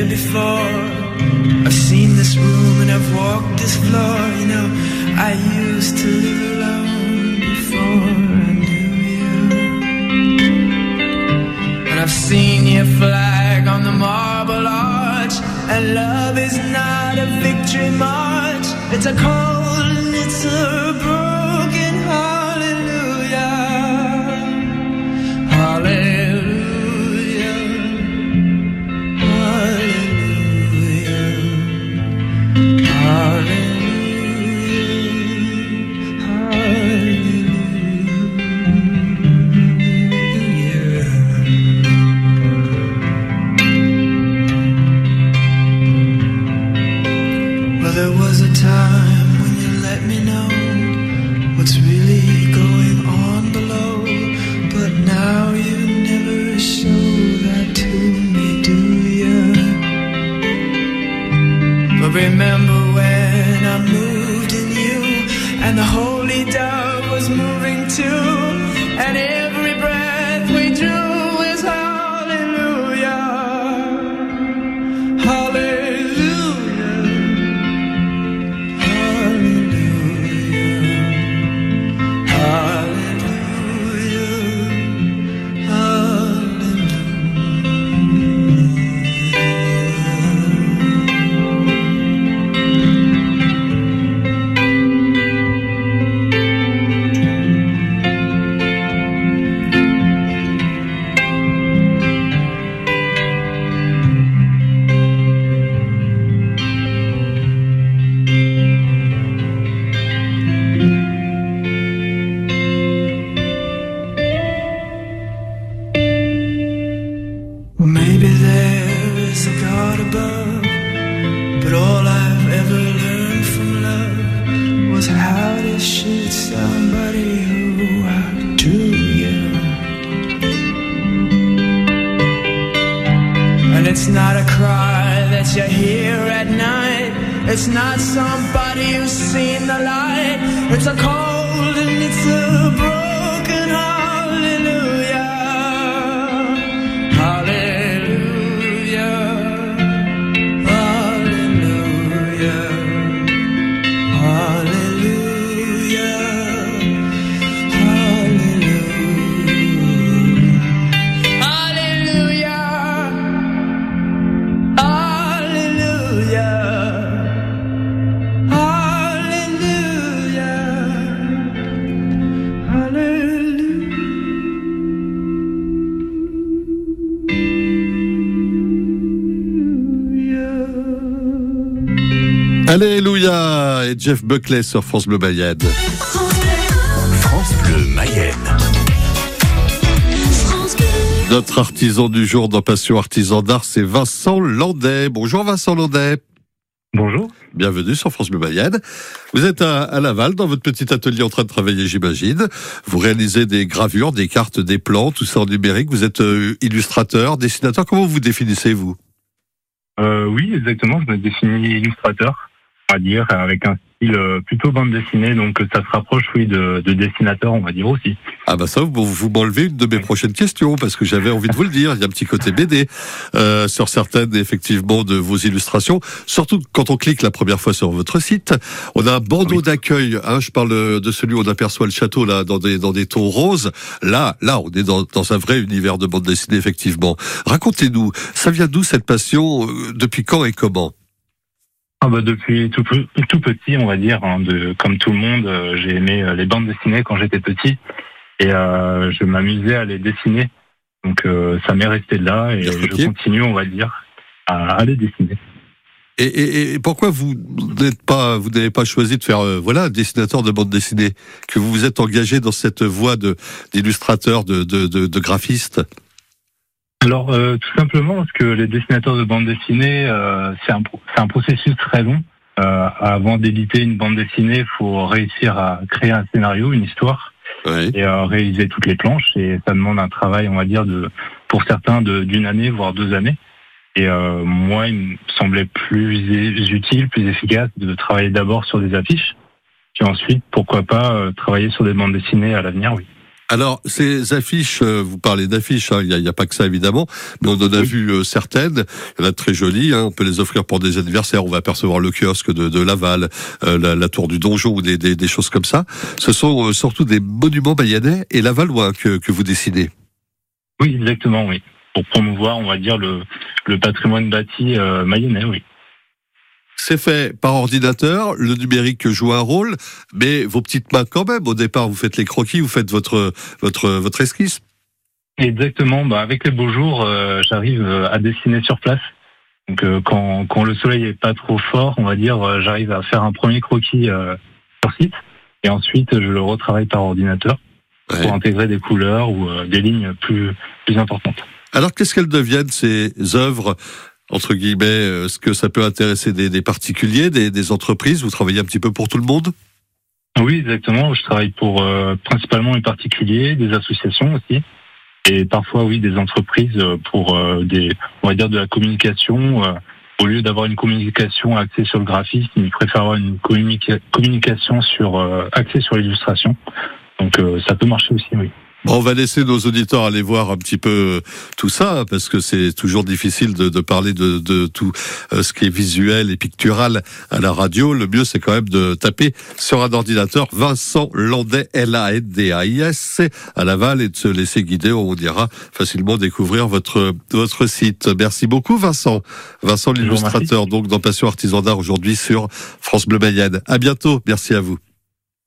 before. I've seen this room and I've walked this floor. You know, I used to live alone before I knew you. And I've seen your flag on the marble arch. And love is not a victory march. It's a cold and it's a broken hallelujah. Hallelujah. Hallelujah. Hallelujah. Hallelujah. Well, there was a time when you let me know what's really going on below, but now you never show that to me, do you? But remember when I moved in you, and the holy dove was moving too, and every breath we drew is hallelujah. Hallelujah. Hallelujah. Hallelujah. Well, maybe there is a God above, but all I've ever learned from love was how to shoot somebody who outdrew you. And it's not a cry that you hear at night. It's not somebody who's seen the light. It's a cold and it's a broken hallelujah. Hallelujah. Hallelujah. Hallelujah. Hallelujah. Hallelujah. Hallelujah. Alléluia. Et Jeff Buckley sur France Bleu Mayenne. France Bleu Mayenne. Notre artisan du jour dans Passion Artisan d'Art, c'est Vincent Landais. Bonjour Vincent Landais. Bonjour. Bienvenue sur France Bleu Mayenne. Vous êtes à Laval, dans votre petit atelier en train de travailler, j'imagine. Vous réalisez des gravures, des cartes, des plans, tout ça en numérique. Vous êtes illustrateur, dessinateur. Comment vous définissez, vous ? Oui, exactement. Je me définis illustrateur, on va dire, avec un style plutôt bande dessinée, donc ça se rapproche, oui, de dessinateur, on va dire aussi. Ah bah ça, vous m'enlevez une de mes prochaines questions, parce que j'avais envie de vous le dire. Il y a un petit côté BD sur certaines, effectivement, de vos illustrations. Surtout quand on clique la première fois sur votre site, on a un bandeau d'accueil. Hein, je parle de celui où on aperçoit le château là, dans des tons roses. Là, on est dans un vrai univers de bande dessinée, effectivement. Racontez-nous, ça vient d'où cette passion ? Depuis quand et comment ? Ah bah depuis tout petit, on va dire, hein, comme tout le monde, j'ai aimé les bandes dessinées quand j'étais petit, et je m'amusais à les dessiner. Donc ça m'est resté de là, et je continue, on va dire, à les dessiner. Et pourquoi vous n'avez pas choisi de faire dessinateur de bande dessinée, que vous vous êtes engagé dans cette voie d'illustrateur, de graphiste ? Alors tout simplement parce que les dessinateurs de bande dessinée, c'est un processus très long. Avant d'éditer une bande dessinée, il faut réussir à créer un scénario, une histoire, et réaliser toutes les planches. Et ça demande un travail, on va dire, pour certains d'une année, voire 2 années. Et moi, il me semblait plus utile, plus efficace de travailler d'abord sur des affiches, puis ensuite, pourquoi pas, travailler sur des bandes dessinées à l'avenir, oui. Alors, ces affiches, vous parlez d'affiches, il n'y a pas que ça évidemment, mais on en a vu certaines, il y en a de très jolies, on peut les offrir pour des anniversaires, on va apercevoir le kiosque de Laval, la tour du donjon, ou des choses comme ça. Ce sont surtout des monuments mayennais et lavallois que vous dessinez. Oui, exactement, oui. Pour promouvoir, on va dire, le patrimoine bâti mayennais, oui. C'est fait par ordinateur, le numérique joue un rôle, mais vos petites mains quand même. Au départ, vous faites les croquis, vous faites votre esquisse. Exactement. Avec les beaux jours, j'arrive à dessiner sur place. Donc, quand le soleil est pas trop fort, on va dire, j'arrive à faire un premier croquis sur site, et ensuite je le retravaille par ordinateur pour intégrer des couleurs ou des lignes plus importantes. Alors, qu'est-ce qu'elles deviennent ces œuvres? Entre guillemets, est-ce que ça peut intéresser des particuliers, des entreprises? Vous travaillez un petit peu pour tout le monde? Oui, exactement. Je travaille pour principalement les particuliers, des associations aussi, et parfois oui des entreprises pour on va dire de la communication. Au lieu d'avoir une communication axée sur le graphisme, ils préfèrent avoir une communication axée sur l'illustration. Donc ça peut marcher aussi, oui. Bon, on va laisser nos auditeurs aller voir un petit peu tout ça, parce que c'est toujours difficile de parler de tout ce qui est visuel et pictural à la radio. Le mieux, c'est quand même de taper sur un ordinateur Vincent Landais, Landais, à Laval, et de se laisser guider. On ira facilement découvrir votre site. Merci beaucoup, Vincent. Vincent, l'illustrateur, donc, dans Passion Artisan d'Art, aujourd'hui sur France Bleu Mayenne. À bientôt. Merci à vous.